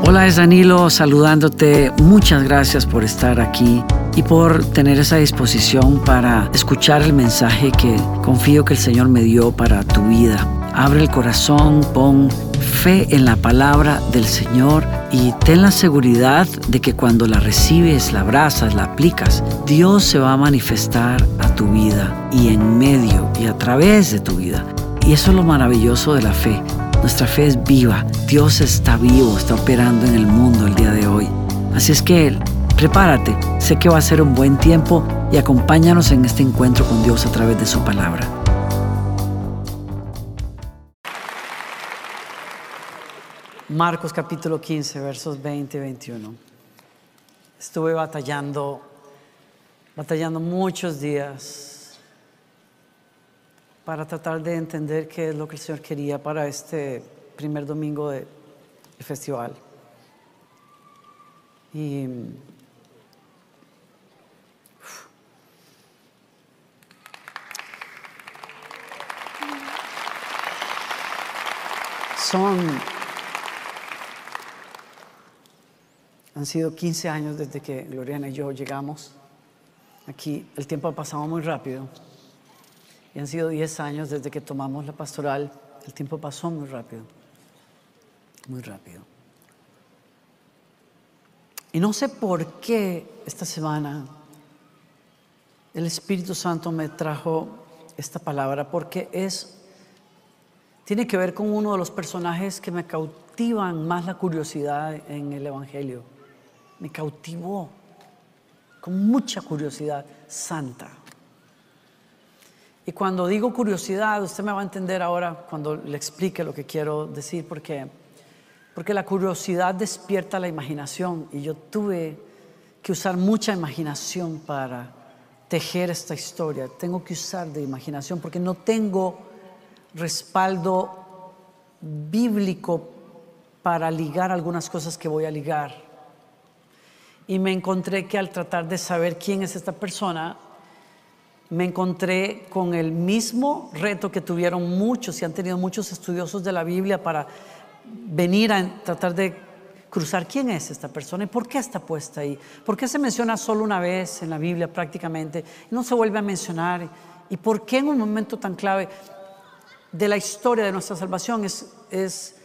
Hola, es Danilo saludándote. Muchas gracias por estar aquí y por tener esa disposición para escuchar el mensaje que confío que el Señor me dio para tu vida. Abre el corazón, pon fe en la palabra del Señor y ten la seguridad de que cuando la recibes, la abrazas, la aplicas, Dios se va a manifestar a tu vida y en medio y a través de tu vida. Y eso es lo maravilloso de la fe. Nuestra fe es viva. Dios está vivo, está operando en el mundo el día de hoy. Así es que prepárate. Sé que va a ser un buen tiempo y acompáñanos en este encuentro con Dios a través de su palabra. Marcos capítulo 15, versos 20 y 21. Estuve batallando muchos días para tratar de entender qué es lo que el Señor quería para este primer domingo del festival. Y han sido 15 años desde que Gloriana y yo llegamos aquí. El tiempo ha pasado muy rápido. Y han sido 10 años desde que tomamos la pastoral. El tiempo pasó muy rápido. Muy rápido. Y no sé por qué esta semana el Espíritu Santo me trajo esta palabra, porque tiene que ver con uno de los personajes que me cautivan más la curiosidad en el Evangelio. Me cautivó con mucha curiosidad santa. Y cuando digo curiosidad, usted me va a entender ahora cuando le explique lo que quiero decir, porque la curiosidad despierta la imaginación y yo tuve que usar mucha imaginación para tejer esta historia. Tengo que usar de imaginación porque no tengo respaldo bíblico para ligar algunas cosas que voy a ligar. Y me encontré que al tratar de saber quién es esta persona, me encontré con el mismo reto que tuvieron muchos y han tenido muchos estudiosos de la Biblia para venir a tratar de cruzar quién es esta persona y por qué está puesta ahí. ¿Por qué se menciona solo una vez en la Biblia prácticamente y no se vuelve a mencionar? ¿Y por qué en un momento tan clave de la historia de nuestra salvación es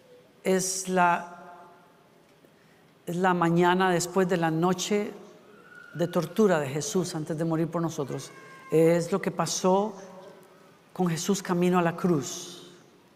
la mañana después de la noche de tortura de Jesús antes de morir por nosotros? Es lo que pasó con Jesús camino a la cruz.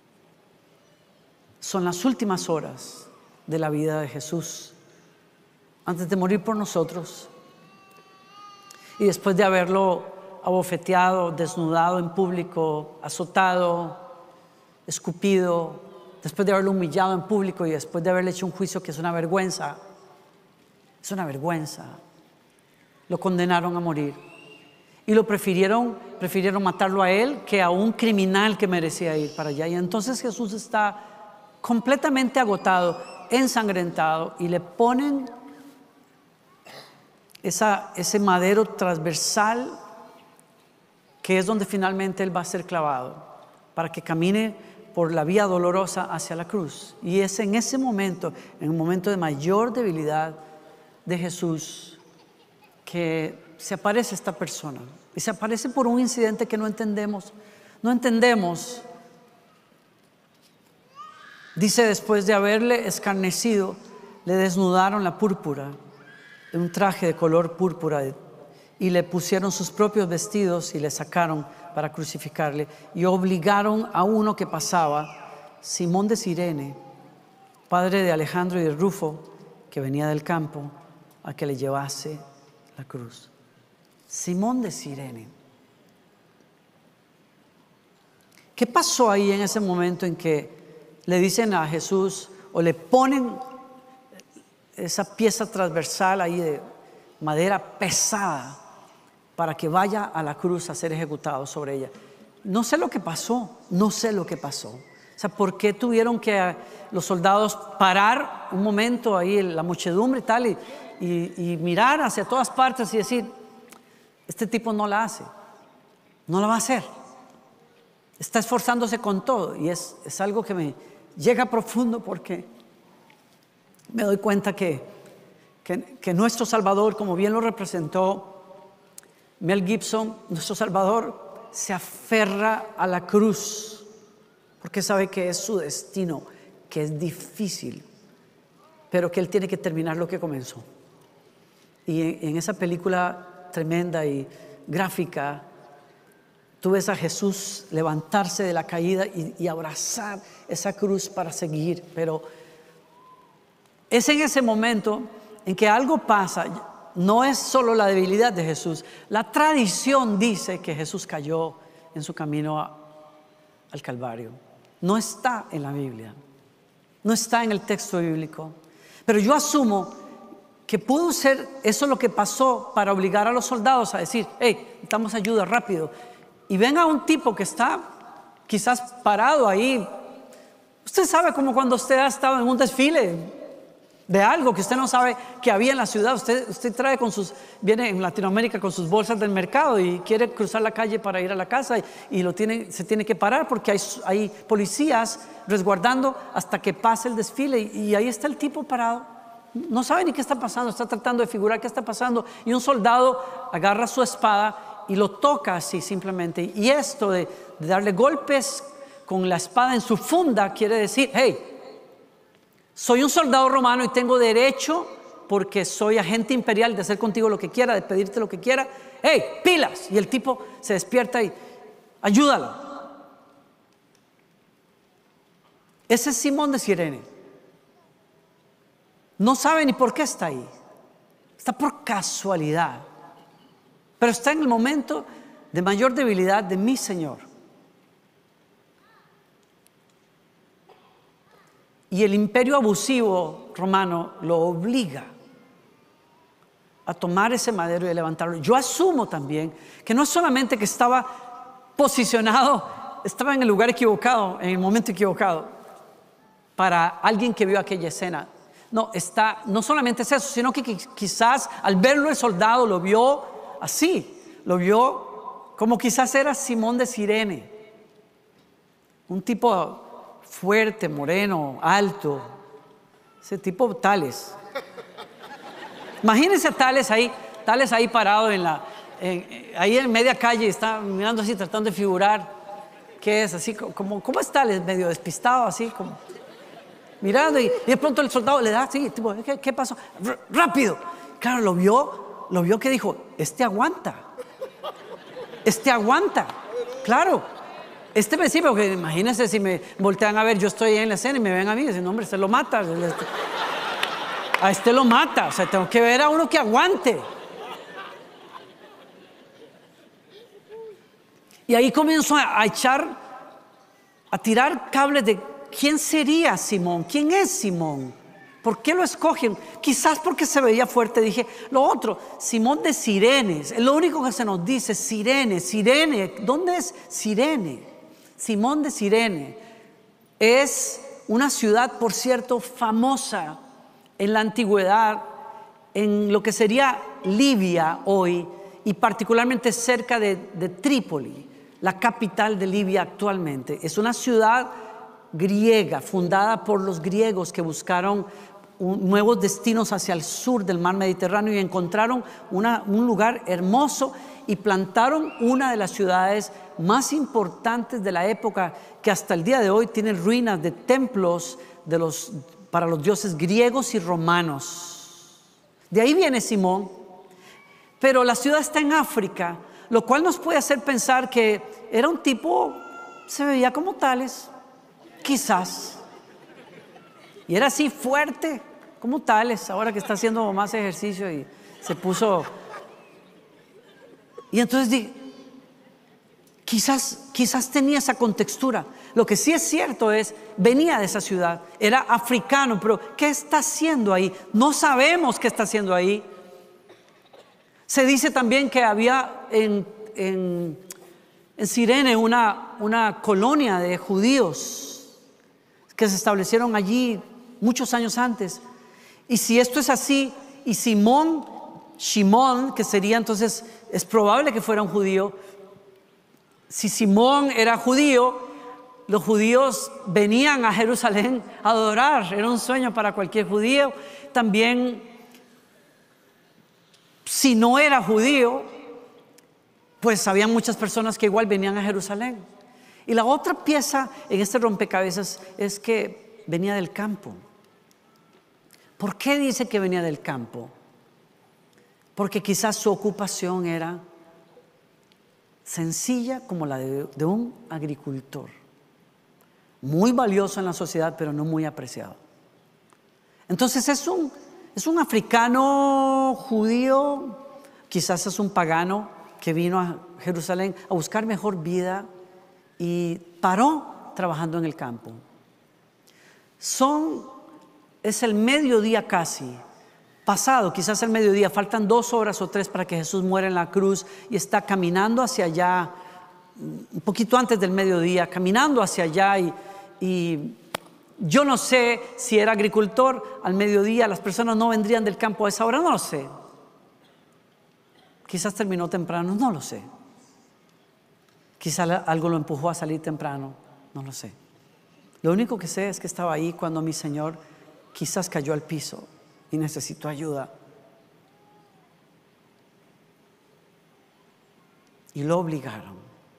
Son las últimas horas de la vida de Jesús antes de morir por nosotros. Y después de haberlo abofeteado, desnudado en público, azotado, escupido, después de haberlo humillado en público y después de haberle hecho un juicio que es una vergüenza. Es una vergüenza. Lo condenaron a morir. Y lo prefirieron matarlo a él que a un criminal que merecía ir para allá. Y entonces Jesús está completamente agotado, ensangrentado, y le ponen ese madero transversal que es donde finalmente él va a ser clavado para que camine por la vía dolorosa hacia la cruz. Y es en ese momento, en un momento de mayor debilidad de Jesús, que se aparece esta persona. Y se aparece por un incidente que no entendemos. No entendemos. Dice, después de haberle escarnecido, le desnudaron la púrpura, un traje de color púrpura, y le pusieron sus propios vestidos y le sacaron para crucificarle. Y obligaron a uno que pasaba, Simón de Cirene, padre de Alejandro y de Rufo, que venía del campo, a que le llevase la cruz. Simón de Cirene. ¿Qué pasó ahí en ese momento en que le dicen a Jesús o le ponen esa pieza transversal ahí de madera pesada para que vaya a la cruz a ser ejecutado sobre ella? No sé lo que pasó, no sé lo que pasó. O sea, ¿por qué tuvieron que los soldados parar un momento ahí, la muchedumbre y tal, y mirar hacia todas partes y decir, este tipo no la hace, no la va a hacer, está esforzándose con todo? Y es algo que me llega profundo porque me doy cuenta que nuestro Salvador, como bien lo representó Mel Gibson, nuestro Salvador se aferra a la cruz porque sabe que es su destino, que es difícil, pero que Él tiene que terminar lo que comenzó. Y en esa película tremenda y gráfica, tú ves a Jesús levantarse de la caída y abrazar esa cruz para seguir, pero es en ese momento en que algo pasa. No es solo la debilidad de Jesús. La tradición dice que Jesús cayó en su camino al Calvario. No está en la Biblia, no está en el texto bíblico, pero yo asumo que pudo ser eso lo que pasó para obligar a los soldados a decir: hey, necesitamos ayuda rápido. Y ven a un tipo que está quizás parado ahí. Usted sabe, como cuando usted ha estado en un desfile de algo que usted no sabe que había en la ciudad. Usted trae viene en Latinoamérica con sus bolsas del mercado y quiere cruzar la calle para ir a la casa y se tiene que parar porque hay policías resguardando hasta que pase el desfile, y ahí está el tipo parado. No sabe ni qué está pasando, está tratando de figurar qué está pasando, y un soldado agarra su espada y lo toca así simplemente. Y esto de darle golpes con la espada en su funda quiere decir: hey, soy un soldado romano y tengo derecho, porque soy agente imperial, de hacer contigo lo que quiera, de pedirte lo que quiera. ¡Hey, pilas! Y el tipo se despierta y ayúdalo. Ese es Simón de Cirene. No sabe ni por qué está ahí. Está por casualidad. Pero está en el momento de mayor debilidad de mi Señor. Y el imperio abusivo romano lo obliga a tomar ese madero y levantarlo. Yo asumo también que no solamente que estaba posicionado, estaba en el lugar equivocado, en el momento equivocado, para alguien que vio aquella escena. No solamente es eso, sino que quizás al verlo el soldado lo vio así, lo vio como quizás era Simón de Cirene, un tipo fuerte, moreno, alto, ese tipo Tales. Imagínense Tales ahí parado ahí en media calle, está mirando así, tratando de figurar qué es, así como ¿cómo es Tales? Medio despistado, así como mirando, y de pronto el soldado le da así, tipo, ¿qué pasó? Rápido. Claro, lo vio que dijo: este aguanta, claro. Me sirve, porque imagínense si me voltean a ver, yo estoy ahí en la escena y me ven a mí y dicen: no, hombre, este lo mata. A este lo mata. O sea, tengo que ver a uno que aguante. Y ahí comienzo a tirar cables de quién sería Simón, quién es Simón, por qué lo escogen. Quizás porque se veía fuerte. Dije lo otro: Simón de Cirene. Es lo único que se nos dice: Cirene. ¿Dónde es Cirene? Simón de Cirene es una ciudad, por cierto, famosa en la antigüedad, en lo que sería Libia hoy, y particularmente cerca de Trípoli, la capital de Libia actualmente. Es una ciudad griega, fundada por los griegos que buscaron nuevos destinos hacia el sur del mar Mediterráneo y encontraron un lugar hermoso y plantaron una de las ciudades más importantes de la época, que hasta el día de hoy tiene ruinas de templos para los dioses griegos y romanos. De ahí viene Simón. Pero la ciudad está en África, lo cual nos puede hacer pensar que era un tipo, se veía como Tales, quizás, y era así fuerte como Tales, ahora que está haciendo más ejercicio y se puso. Y entonces dije, quizás tenía esa contextura. Lo que sí es cierto es, venía de esa ciudad, era africano, pero ¿qué está haciendo ahí? No sabemos qué está haciendo ahí. Se dice también que había en Cirene una colonia de judíos que se establecieron allí muchos años antes. Y si esto es así, y Shimón, que sería entonces, es probable que fuera un judío. Si Simón era judío, los judíos venían a Jerusalén a adorar, era un sueño para cualquier judío. También, si no era judío, pues había muchas personas que igual venían a Jerusalén. Y la otra pieza en este rompecabezas es que venía del campo. ¿Por qué dice que venía del campo? Porque quizás su ocupación era sencilla como la de un agricultor. Muy valioso en la sociedad, pero no muy apreciado. Entonces es un africano judío, quizás es un pagano que vino a Jerusalén a buscar mejor vida y paró trabajando en el campo. Es el mediodía casi, pasado quizás el mediodía, faltan 2 horas o 3 para que Jesús muera en la cruz y está caminando hacia allá, un poquito antes del mediodía, caminando hacia allá y yo no sé si era agricultor al mediodía, las personas no vendrían del campo a esa hora, no lo sé. Quizás terminó temprano, no lo sé. Quizás algo lo empujó a salir temprano, no lo sé. Lo único que sé es que estaba ahí cuando mi Señor quizás cayó al piso y necesitó ayuda. Y lo obligaron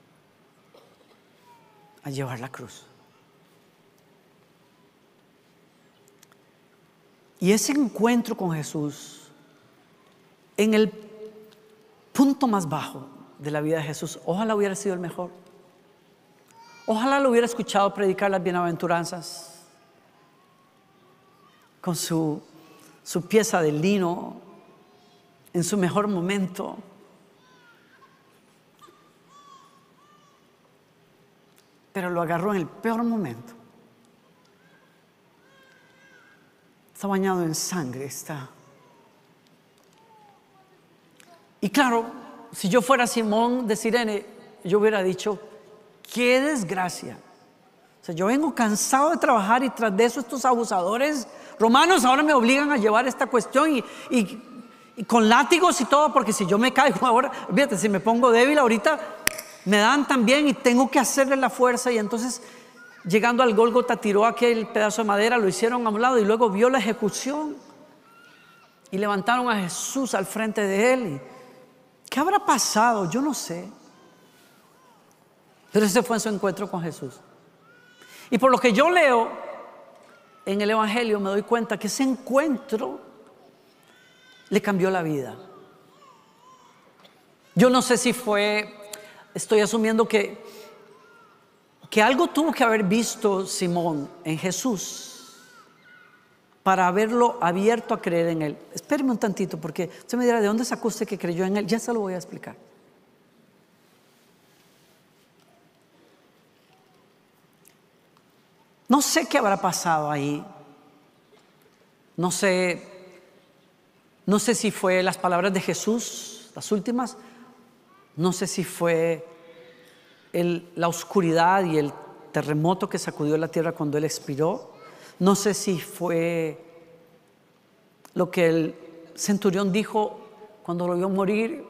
a llevar la cruz. Y ese encuentro con Jesús, en el punto más bajo de la vida de Jesús, ojalá hubiera sido el mejor. Ojalá lo hubiera escuchado predicar las bienaventuranzas con su pieza de lino en su mejor momento. Pero lo agarró en el peor momento. Está bañado en sangre, está. Y claro, si yo fuera Simón de Cirene, yo hubiera dicho, qué desgracia. O sea, yo vengo cansado de trabajar y tras de eso estos abusadores romanos ahora me obligan a llevar esta cuestión y con látigos y todo, porque si yo me caigo ahora, fíjate, si me pongo débil ahorita, me dan también y tengo que hacerle la fuerza. Y entonces, llegando al Gólgota, tiró aquel pedazo de madera, lo hicieron a un lado y luego vio la ejecución y levantaron a Jesús al frente de él. ¿Qué habrá pasado? Yo no sé. Pero ese fue su encuentro con Jesús. Y por lo que yo leo en el Evangelio, me doy cuenta que ese encuentro le cambió la vida. Yo no sé si estoy asumiendo que algo tuvo que haber visto Simón en Jesús para haberlo abierto a creer en él. Espéreme un tantito, porque usted me dirá, ¿de dónde sacó usted que creyó en él? Ya se lo voy a explicar. No sé qué habrá pasado ahí. No sé si fue las palabras de Jesús, las últimas. No sé si fue la oscuridad y el terremoto que sacudió la tierra cuando él expiró. No sé si fue lo que el centurión dijo cuando lo vio morir,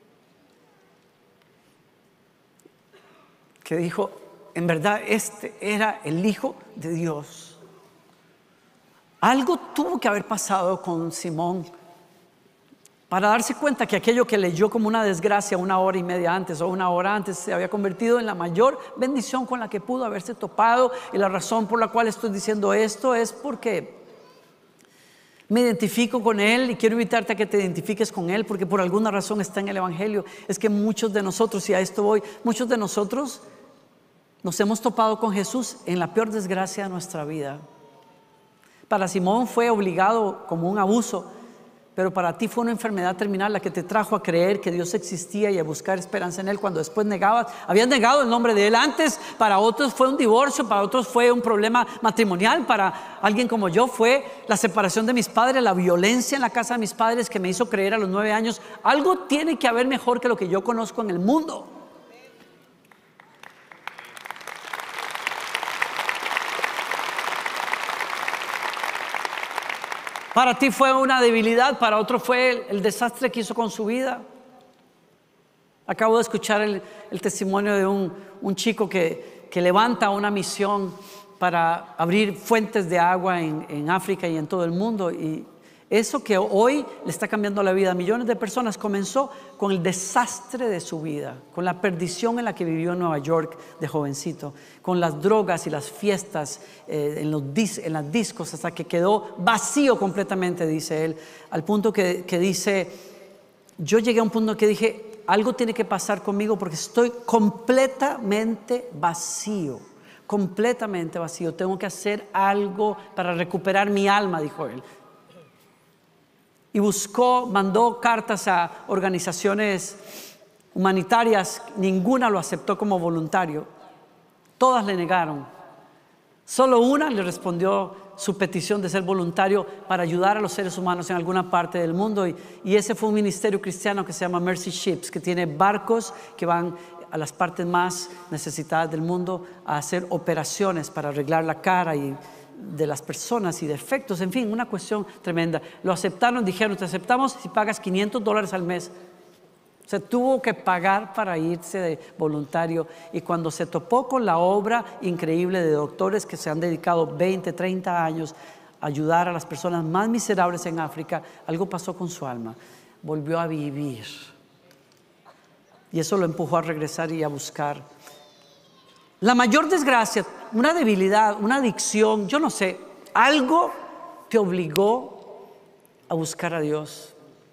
que dijo, en verdad este era el Hijo de Dios. Algo tuvo que haber pasado con Simón para darse cuenta que aquello que leyó como una desgracia 1 hora y media antes o 1 hora antes se había convertido en la mayor bendición con la que pudo haberse topado. Y la razón por la cual estoy diciendo esto es porque me identifico con él y quiero invitarte a que te identifiques con él, porque por alguna razón está en el Evangelio. Es que muchos de nosotros, y a esto voy, muchos de nosotros nos hemos topado con Jesús en la peor desgracia de nuestra vida. Para Simón fue obligado como un abuso, pero para ti fue una enfermedad terminal la que te trajo a creer que Dios existía y a buscar esperanza en Él cuando después habías negado el nombre de Él antes. Para otros fue un divorcio, para otros fue un problema matrimonial, para alguien como yo fue la separación de mis padres, la violencia en la casa de mis padres que me hizo creer a los 9 años, algo tiene que haber mejor que lo que yo conozco en el mundo. Para ti fue una debilidad, para otro fue el desastre que hizo con su vida. Acabo de escuchar el testimonio de un chico que que levanta una misión para abrir fuentes de agua en África y en todo el mundo. Y eso que hoy le está cambiando la vida a millones de personas comenzó con el desastre de su vida, con la perdición en la que vivió en Nueva York de jovencito, con las drogas y las fiestas en las discos, hasta que quedó vacío completamente, dice él, al punto que dice, yo llegué a un punto que dije, algo tiene que pasar conmigo porque estoy completamente vacío, tengo que hacer algo para recuperar mi alma, dijo él. Y mandó cartas a organizaciones humanitarias, ninguna lo aceptó como voluntario, todas le negaron. Solo una le respondió su petición de ser voluntario para ayudar a los seres humanos en alguna parte del mundo, y ese fue un ministerio cristiano que se llama Mercy Ships, que tiene barcos que van a las partes más necesitadas del mundo a hacer operaciones para arreglar la cara de las personas y defectos, en fin, una cuestión tremenda. Lo aceptaron, dijeron, te aceptamos si pagas $500 al mes. O sea, tuvo que pagar para irse de voluntario, y cuando se topó con la obra increíble de doctores que se han dedicado 20, 30 años a ayudar a las personas más miserables en África, algo pasó con su alma, volvió a vivir, y eso lo empujó a regresar y a buscar. La mayor desgracia, una debilidad, una adicción, yo no sé, algo te obligó a buscar a Dios.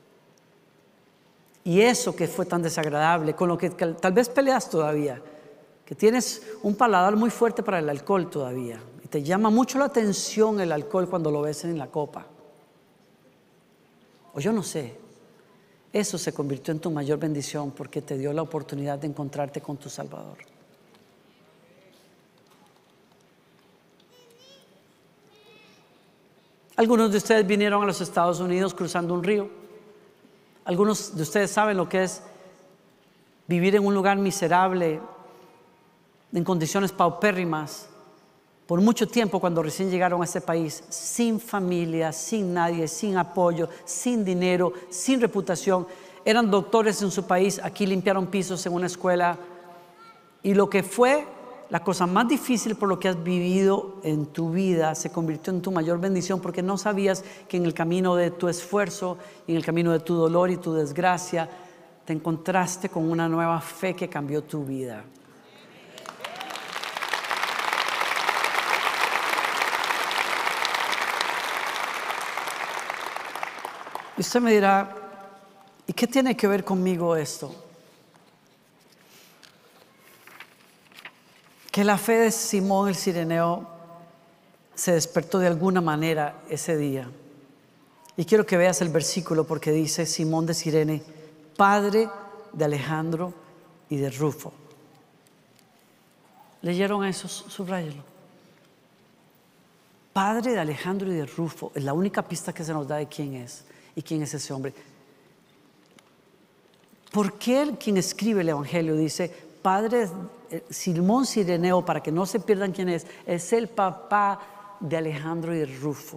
Y eso que fue tan desagradable, con lo que tal vez peleas todavía, que tienes un paladar muy fuerte para el alcohol todavía, y te llama mucho la atención el alcohol cuando lo ves en la copa. O yo no sé, eso se convirtió en tu mayor bendición porque te dio la oportunidad de encontrarte con tu Salvador. Algunos de ustedes vinieron a los Estados Unidos cruzando un río. Algunos de ustedes saben lo que es vivir en un lugar miserable, en condiciones paupérrimas, por mucho tiempo cuando recién llegaron a este país, sin familia, sin nadie, sin apoyo, sin dinero, sin reputación. Eran doctores en su país, aquí limpiaron pisos en una escuela. Y lo que fue la cosa más difícil por lo que has vivido en tu vida se convirtió en tu mayor bendición, porque no sabías que en el camino de tu esfuerzo y en el camino de tu dolor y tu desgracia te encontraste con una nueva fe que cambió tu vida. Y usted me dirá, ¿y qué tiene que ver conmigo esto? Que la fe de Simón el Cireneo se despertó de alguna manera ese día. Y quiero que veas el versículo, porque dice Simón de Cirene, padre de Alejandro y de Rufo. ¿Leyeron eso? Subráyenlo. Padre de Alejandro y de Rufo. Es la única pista que se nos da de quién es y quién es ese hombre. ¿Por qué quien escribe el Evangelio dice padre Simón Cireneo, para que no se pierdan quién es el papá de Alejandro y de Rufo?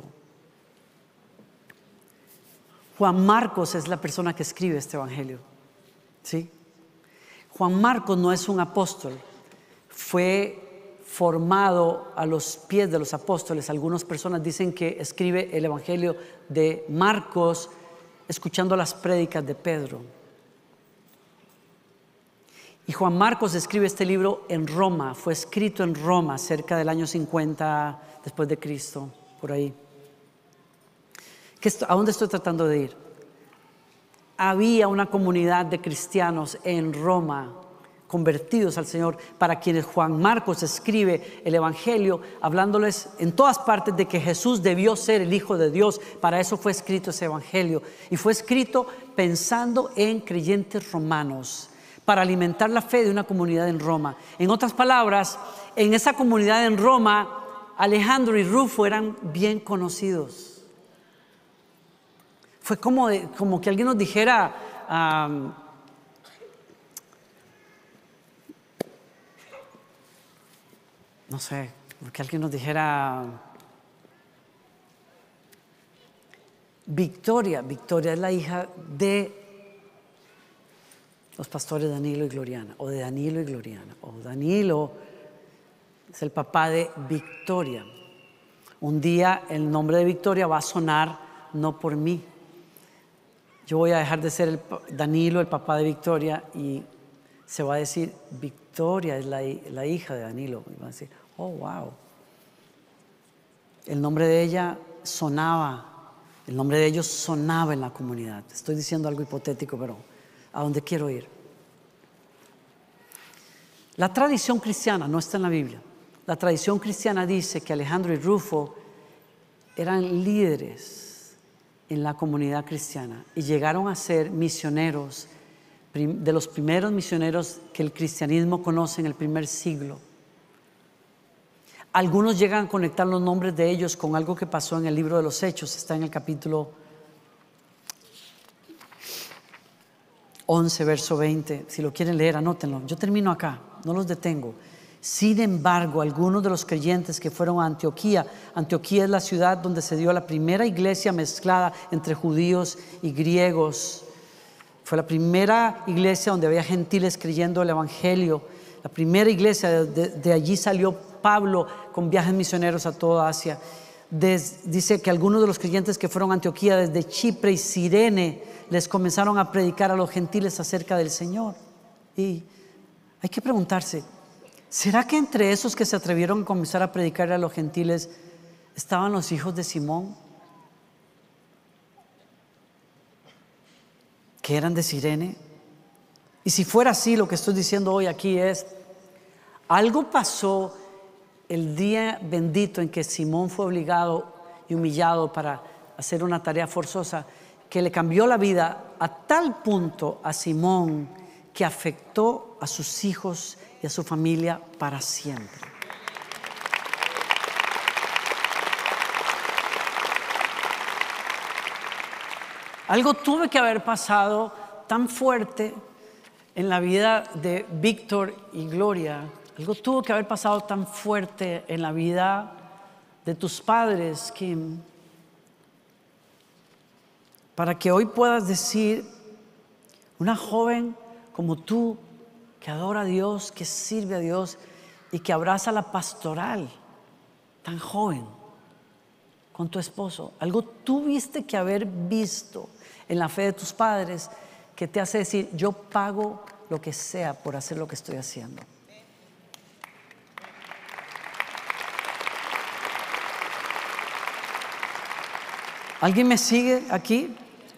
Juan Marcos es la persona que escribe este Evangelio, ¿sí? Juan Marcos no es un apóstol, fue formado a los pies de los apóstoles. Algunas personas dicen que escribe el Evangelio de Marcos escuchando las prédicas de Pedro. Y Juan Marcos escribe este libro en Roma, fue escrito en Roma cerca del año 50 después de Cristo, por ahí. ¿A dónde estoy tratando de ir? Había una comunidad de cristianos en Roma convertidos al Señor, para quienes Juan Marcos escribe el Evangelio, hablándoles en todas partes de que Jesús debió ser el Hijo de Dios. Para eso fue escrito ese Evangelio, y fue escrito pensando en creyentes romanos, para alimentar la fe de una comunidad en Roma. En otras palabras, en esa comunidad en Roma, Alejandro y Rufo eran bien conocidos. Fue como que alguien nos dijera, no sé, que alguien nos dijera, Victoria es la hija de los pastores Danilo y Gloriana, o de Danilo y Gloriana, o Danilo es el papá de Victoria. Un día el nombre de Victoria va a sonar no por mí. Yo voy a dejar de ser Danilo, el papá de Victoria, y se va a decir Victoria es la hija de Danilo. Y van a decir, oh, wow. El nombre de ella sonaba, el nombre de ellos sonaba en la comunidad. Estoy diciendo algo hipotético, pero ¿a dónde quiero ir? La tradición cristiana no está en la Biblia. La tradición cristiana dice que Alejandro y Rufo eran líderes en la comunidad cristiana y llegaron a ser misioneros, de los primeros misioneros que el cristianismo conoce en el primer siglo. Algunos llegan a conectar los nombres de ellos con algo que pasó en el libro de los Hechos. Está en el capítulo 11, verso 20. Si lo quieren leer, anótenlo. Yo termino acá, no los detengo. Sin embargo, algunos de los creyentes que fueron a Antioquía es la ciudad donde se dio la primera iglesia mezclada entre judíos y griegos. Fue la primera iglesia donde había gentiles creyendo el evangelio. La primera iglesia, de allí salió Pablo con viajes misioneros a toda Asia. Dice que algunos de los creyentes que fueron a Antioquía desde Chipre y Cirene les comenzaron a predicar a los gentiles acerca del Señor. Y hay que preguntarse, ¿será que entre esos que se atrevieron a comenzar a predicar a los gentiles estaban los hijos de Simón, que eran de Cirene? Y si fuera así, lo que estoy diciendo hoy aquí es, algo pasó el día bendito en que Simón fue obligado y humillado para hacer una tarea forzosa, que le cambió la vida a tal punto a Simón que afectó a sus hijos y a su familia para siempre. Algo tuvo que haber pasado tan fuerte en la vida de Víctor y Gloria. Algo tuvo que haber pasado tan fuerte en la vida de tus padres, Kim, para que hoy puedas decir, una joven como tú, que adora a Dios, que sirve a Dios y que abraza la pastoral, tan joven, con tu esposo. Algo tuviste que haber visto en la fe de tus padres que te hace decir, yo pago lo que sea por hacer lo que estoy haciendo. ¿Alguien me sigue aquí?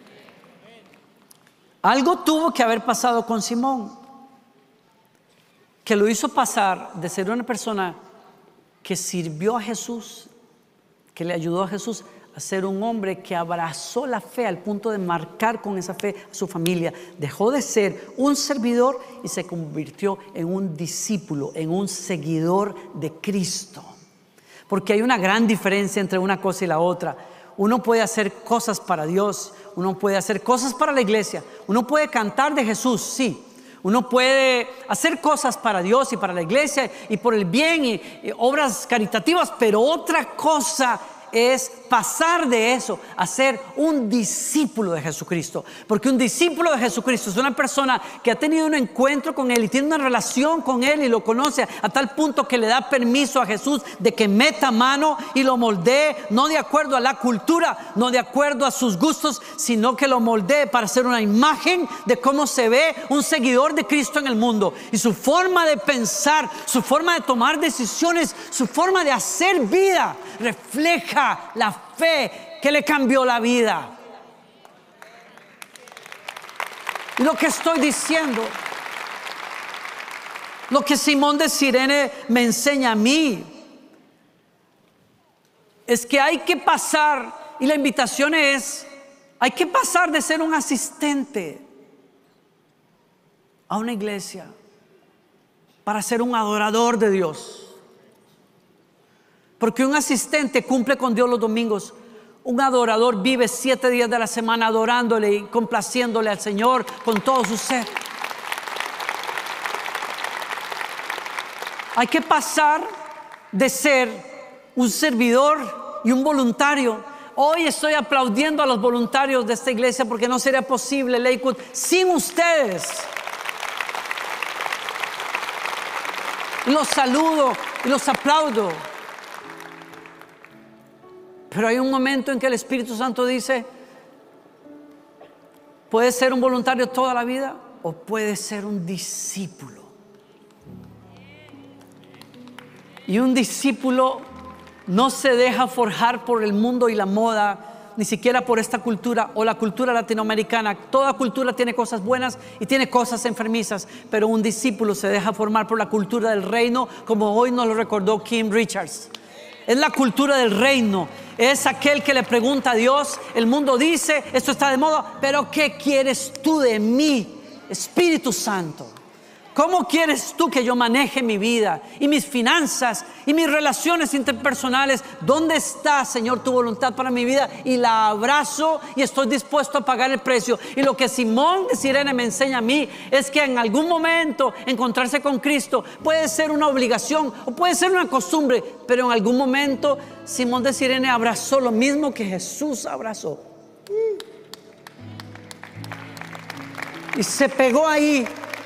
Algo tuvo que haber pasado con Simón, que lo hizo pasar de ser una persona que sirvió a Jesús, que le ayudó a Jesús, a ser un hombre que abrazó la fe al punto de marcar con esa fe a su familia. Dejó de ser un servidor y se convirtió en un discípulo, en un seguidor de Cristo. Porque hay una gran diferencia entre una cosa y la otra. Uno puede hacer cosas para Dios, uno puede hacer cosas para la iglesia, uno puede cantar de Jesús, sí. Uno puede hacer cosas para Dios y para la iglesia y por el bien y obras caritativas, pero otra cosa es pasar de eso a ser un discípulo de Jesucristo. Porque un discípulo de Jesucristo es una persona que ha tenido un encuentro con Él y tiene una relación con Él y lo conoce a tal punto que le da permiso a Jesús de que meta mano y lo moldee, no de acuerdo a la cultura, no de acuerdo a sus gustos, sino que lo moldee para ser una imagen de cómo se ve un seguidor de Cristo en el mundo. Y su forma de pensar, su forma de tomar decisiones, su forma de hacer vida refleja la fe que le cambió la vida. Lo que estoy diciendo, lo que Simón de Cirene me enseña a mí, es que hay que pasar, y la invitación es, hay que pasar de ser un asistente a una iglesia para ser un adorador de Dios. Porque un asistente cumple con Dios los domingos. Un adorador vive 7 días de la semana adorándole y complaciéndole al Señor con todo su ser. Hay que pasar de ser un servidor y un voluntario. Hoy estoy aplaudiendo a los voluntarios de esta iglesia porque no sería posible Lakewood sin ustedes. Los saludo y los aplaudo. Pero hay un momento en que el Espíritu Santo dice, puedes ser un voluntario toda la vida o puedes ser un discípulo. Y un discípulo no se deja forjar por el mundo y la moda, ni siquiera por esta cultura o la cultura latinoamericana. Toda cultura tiene cosas buenas y tiene cosas enfermizas, pero un discípulo se deja formar por la cultura del reino, como hoy nos lo recordó Kim Richards. Es la cultura del reino. Es aquel que le pregunta a Dios, el mundo dice, esto está de moda, pero ¿qué quieres tú de mí, Espíritu Santo? ¿Cómo quieres tú que yo maneje mi vida y mis finanzas y mis relaciones interpersonales? ¿Dónde está, Señor, tu voluntad para mi vida? Y la abrazo y estoy dispuesto a pagar el precio. Y lo que Simón de Cirene me enseña a mí es que en algún momento encontrarse con Cristo puede ser una obligación o puede ser una costumbre, pero en algún momento Simón de Cirene abrazó lo mismo que Jesús abrazó. Y se pegó ahí.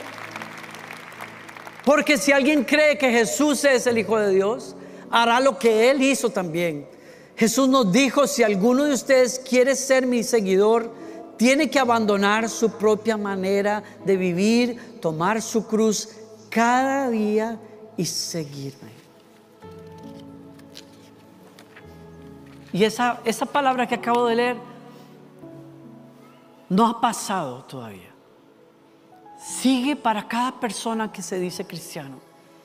Porque si alguien cree que Jesús es el Hijo de Dios, hará lo que Él hizo también. Jesús nos dijo, si alguno de ustedes quiere ser mi seguidor, tiene que abandonar su propia manera de vivir, tomar su cruz cada día y seguirme. Y esa palabra que acabo de leer no ha pasado todavía. Sigue para cada persona que se dice cristiano.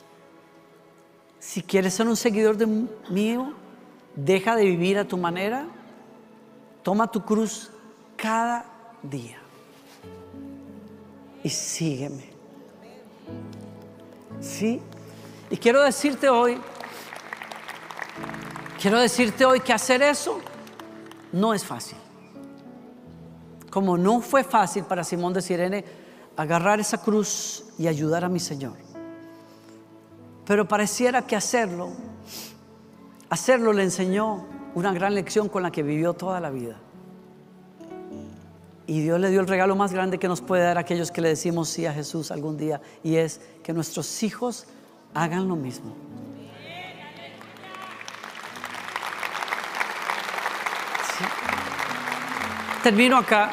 Si quieres ser un seguidor mío, deja de vivir a tu manera, toma tu cruz cada día y sígueme. ¿Sí? Y quiero decirte hoy que hacer eso no es fácil. Como no fue fácil para Simón de Cirene agarrar esa cruz y ayudar a mi Señor. Pero pareciera que hacerlo le enseñó una gran lección con la que vivió toda la vida. Y Dios le dio el regalo más grande que nos puede dar a aquellos que le decimos sí a Jesús algún día, y es que nuestros hijos hagan lo mismo. Sí. Termino acá.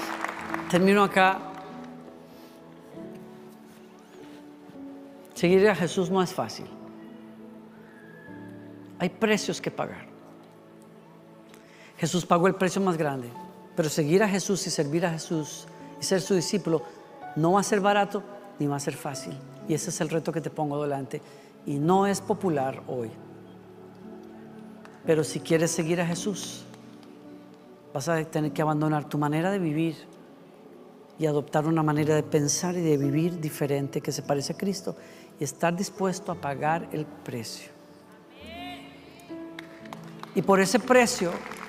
Seguir a Jesús no es fácil. Hay precios que pagar. Jesús pagó el precio más grande, pero seguir a Jesús y servir a Jesús y ser su discípulo no va a ser barato ni va a ser fácil. Y ese es el reto que te pongo delante. Y no es popular hoy. Pero si quieres seguir a Jesús, vas a tener que abandonar tu manera de vivir y adoptar una manera de pensar y de vivir diferente que se parece a Cristo y estar dispuesto a pagar el precio. Y por ese precio,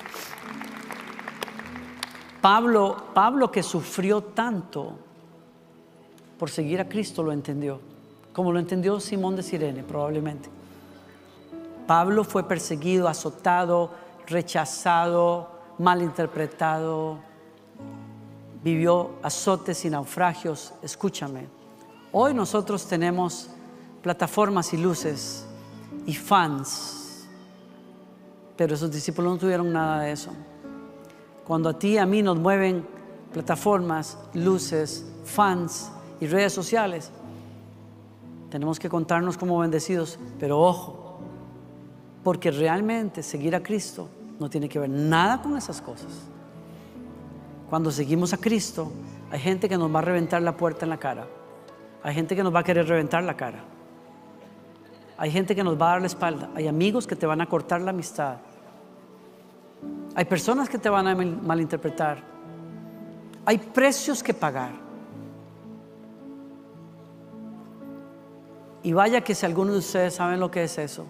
Pablo que sufrió tanto por seguir a Cristo lo entendió, como lo entendió Simón de Cirene probablemente. Pablo fue perseguido, azotado, rechazado, malinterpretado, vivió azotes y naufragios. Escúchame, hoy nosotros tenemos plataformas y luces y fans, pero esos discípulos no tuvieron nada de eso. Cuando a ti y a mí nos mueven plataformas, luces, fans y redes sociales, tenemos que contarnos como bendecidos, pero ojo, porque realmente seguir a Cristo no tiene que ver nada con esas cosas. Cuando seguimos a Cristo, hay gente que nos va a reventar la puerta en la cara. Hay gente que nos va a querer reventar la cara. Hay gente que nos va a dar la espalda. Hay amigos que te van a cortar la amistad. Hay personas que te van a malinterpretar. Hay precios que pagar. Y vaya que si algunos de ustedes saben lo que es eso.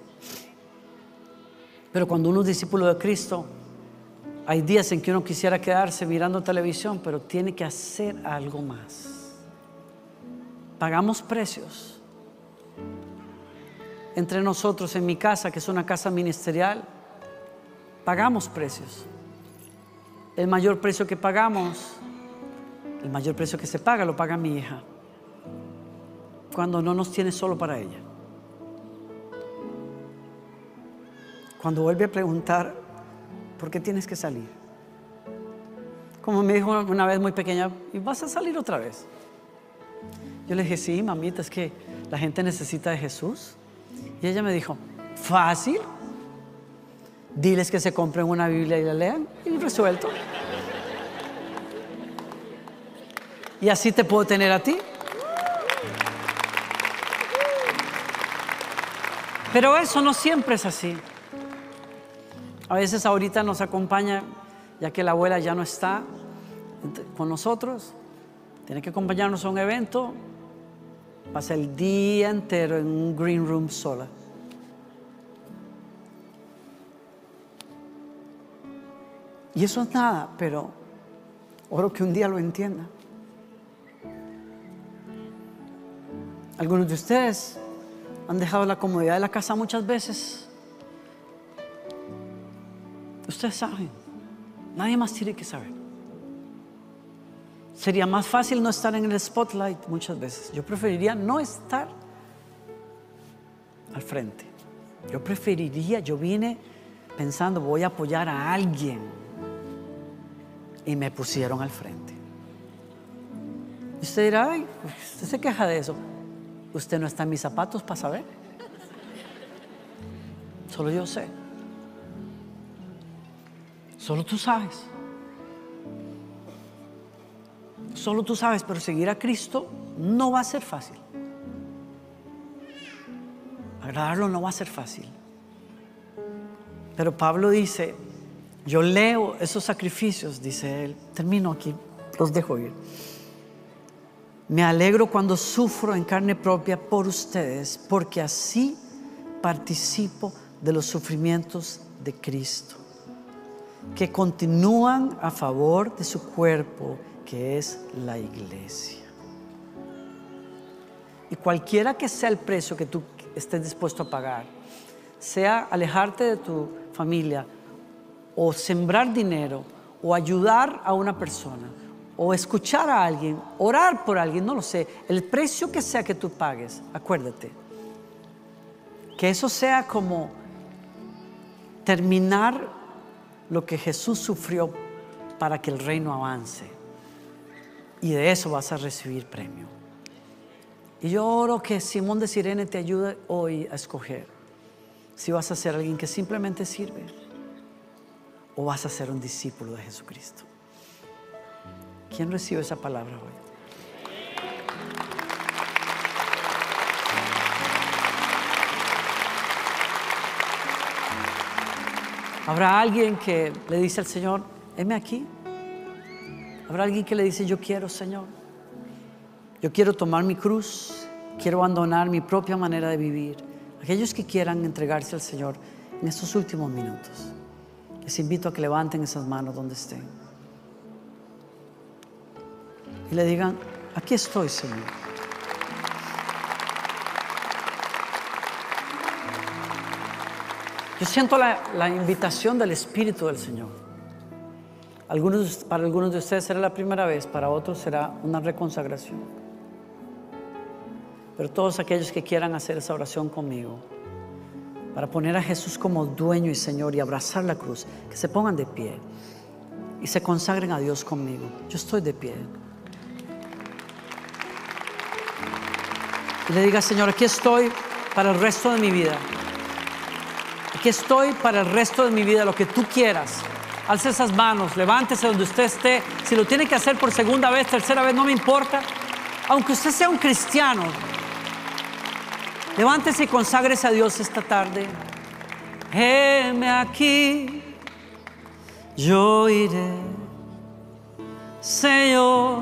Pero cuando uno es discípulo de Cristo, hay días en que uno quisiera quedarse mirando televisión, pero tiene que hacer algo más. Pagamos precios. Entre nosotros, en mi casa, que es una casa ministerial, pagamos precios. El mayor precio que pagamos, el mayor precio que se paga, lo paga mi hija. Cuando no nos tiene solo para ella. cuando vuelve a preguntar, ¿por qué tienes que salir? Como me dijo una vez muy pequeña, ¿y vas a salir otra vez? Yo le dije, sí, mamita, es que la gente necesita de Jesús. Y ella me dijo, fácil. Diles que se compren una Biblia y la lean y resuelto. Y así te puedo tener a ti. Pero eso no siempre es así. A veces ahorita nos acompaña, ya que la abuela ya no está con nosotros, tiene que acompañarnos a un evento, pasa el día entero en un green room sola. Y eso es nada, pero oro que un día lo entienda. Algunos de ustedes han dejado la comodidad de la casa muchas veces. Ustedes saben, nadie más tiene que saber. Sería más fácil no estar en el spotlight muchas veces. Yo preferiría no estar al frente. Yo vine pensando, voy a apoyar a alguien. Y me pusieron al frente. Y usted dirá, ay, usted se queja de eso. Usted no está en mis zapatos para saber. Solo yo sé. Solo tú sabes. Solo tú sabes, pero seguir a Cristo no va a ser fácil. Agradarlo no va a ser fácil. Pero Pablo dice, yo leo esos sacrificios, dice él. Termino aquí, los dejo ir. Me alegro cuando sufro en carne propia por ustedes, porque así participo de los sufrimientos de Cristo, que continúan a favor de su cuerpo, que es la iglesia. Y cualquiera que sea el precio que tú estés dispuesto a pagar, sea alejarte de tu familia, o sembrar dinero, o ayudar a una persona, o escuchar a alguien, orar por alguien, no lo sé, el precio que sea que tú pagues, acuérdate, que eso sea como terminar lo que Jesús sufrió para que el reino avance, y de eso vas a recibir premio. Y yo oro que Simón de Cirene te ayude hoy a escoger si vas a ser alguien que simplemente sirve o vas a ser un discípulo de Jesucristo. ¿Quién recibe esa palabra hoy? ¿Habrá alguien que le dice al Señor, heme aquí? ¿Habrá alguien que le dice, yo quiero, Señor? Yo quiero tomar mi cruz, quiero abandonar mi propia manera de vivir. Aquellos que quieran entregarse al Señor en estos últimos minutos, les invito a que levanten esas manos donde estén y le digan, aquí estoy, Señor. Yo siento la invitación del Espíritu del Señor. Para algunos de ustedes será la primera vez, para otros será una reconsagración. Pero todos aquellos que quieran hacer esa oración conmigo, para poner a Jesús como dueño y Señor y abrazar la cruz, que se pongan de pie y se consagren a Dios conmigo. Yo estoy de pie. Y le diga, Señor, aquí estoy para el resto de mi vida. Aquí estoy para el resto de mi vida, lo que tú quieras. Alce esas manos, levántese donde usted esté. Si lo tiene que hacer por segunda vez, tercera vez, no me importa. Aunque usted sea un cristiano, levántese y conságrese a Dios esta tarde. Heme aquí, yo iré, Señor.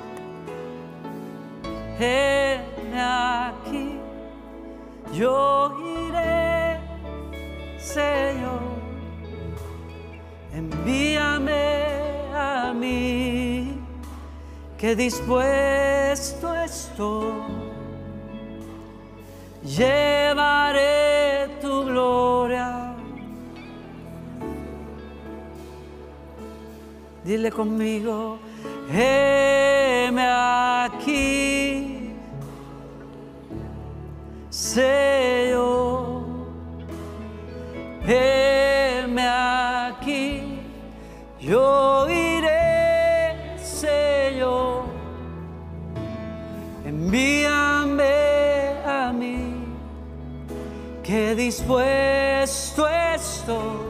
Heme aquí, yo iré, Señor. Envíame a mí, que dispuesto estoy. Llevaré tu gloria. Dile conmigo, heme aquí, Señor. yo iré, Señor. Envíame a mí, que dispuesto estoy.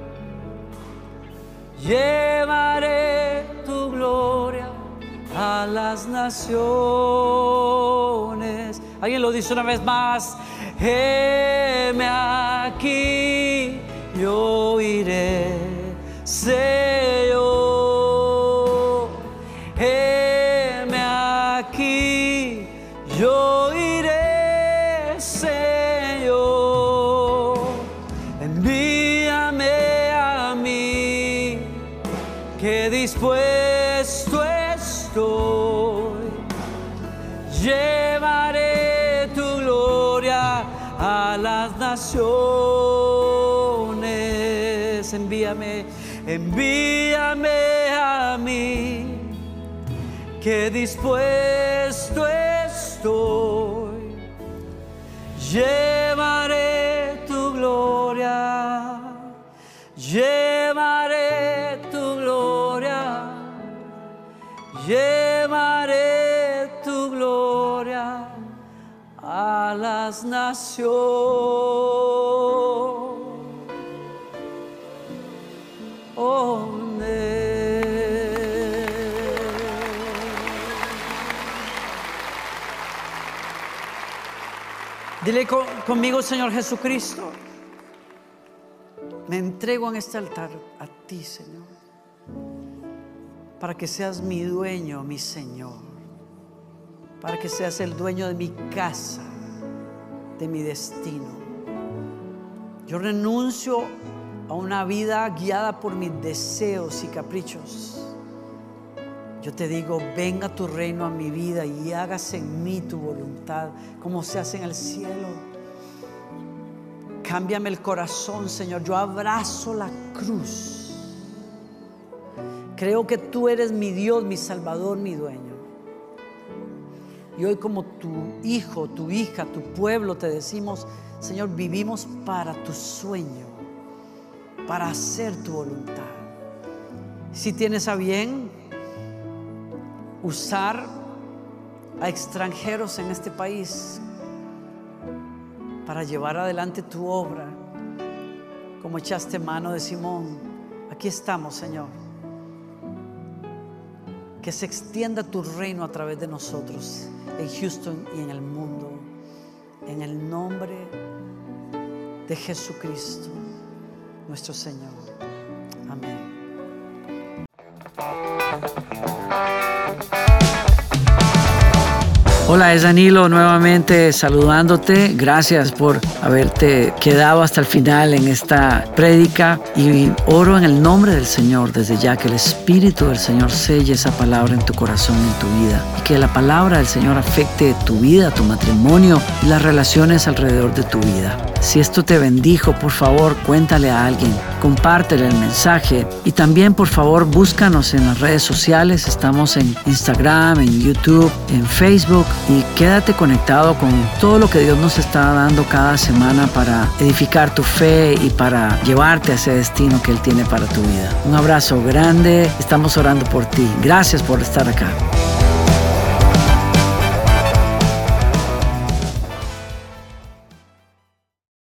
Llevaré tu gloria a las naciones. Alguien lo dice una vez más. Heme aquí, yo iré, Señor. Heme aquí, yo iré, Señor. Envíame a mí, que dispuesto estoy. Llevaré tu gloria a las naciones. Envíame, envíame a mí, que dispuesto estoy. Llevaré tu gloria, llevaré tu gloria, llevaré tu gloria a las naciones. Dile conmigo, Señor Jesucristo, me entrego en este altar a ti, Señor, para que seas mi dueño, mi Señor, para que seas el dueño de mi casa, de mi destino. Yo renuncio a una vida guiada por mis deseos y caprichos. Yo te digo, venga tu reino a mi vida y hágase en mí tu voluntad, como se hace en el cielo. Cámbiame el corazón, Señor. Yo abrazo la cruz. Creo que tú eres mi Dios, mi Salvador, mi dueño. Y hoy, como tu hijo, tu hija, tu pueblo, te decimos, Señor, vivimos para tu sueño, para hacer tu voluntad. Si tienes a bien usar a extranjeros en este país para llevar adelante tu obra, como echaste mano de Simón, aquí estamos, Señor. Que se extienda tu reino a través de nosotros en Houston y en el mundo, en el nombre de Jesucristo, nuestro Señor. Amén. Hola, es Danilo nuevamente saludándote. Gracias por haberte quedado hasta el final en esta prédica, y oro en el nombre del Señor desde ya que el Espíritu del Señor selle esa palabra en tu corazón y en tu vida, y que la palabra del Señor afecte tu vida, tu matrimonio y las relaciones alrededor de tu vida. Si esto te bendijo, por favor, cuéntale a alguien, compártele el mensaje, y también, por favor, búscanos en las redes sociales. Estamos en Instagram, en YouTube, en Facebook, y quédate conectado con todo lo que Dios nos está dando cada semana para edificar tu fe y para llevarte a ese destino que Él tiene para tu vida. Un abrazo grande, estamos orando por ti. Gracias por estar acá.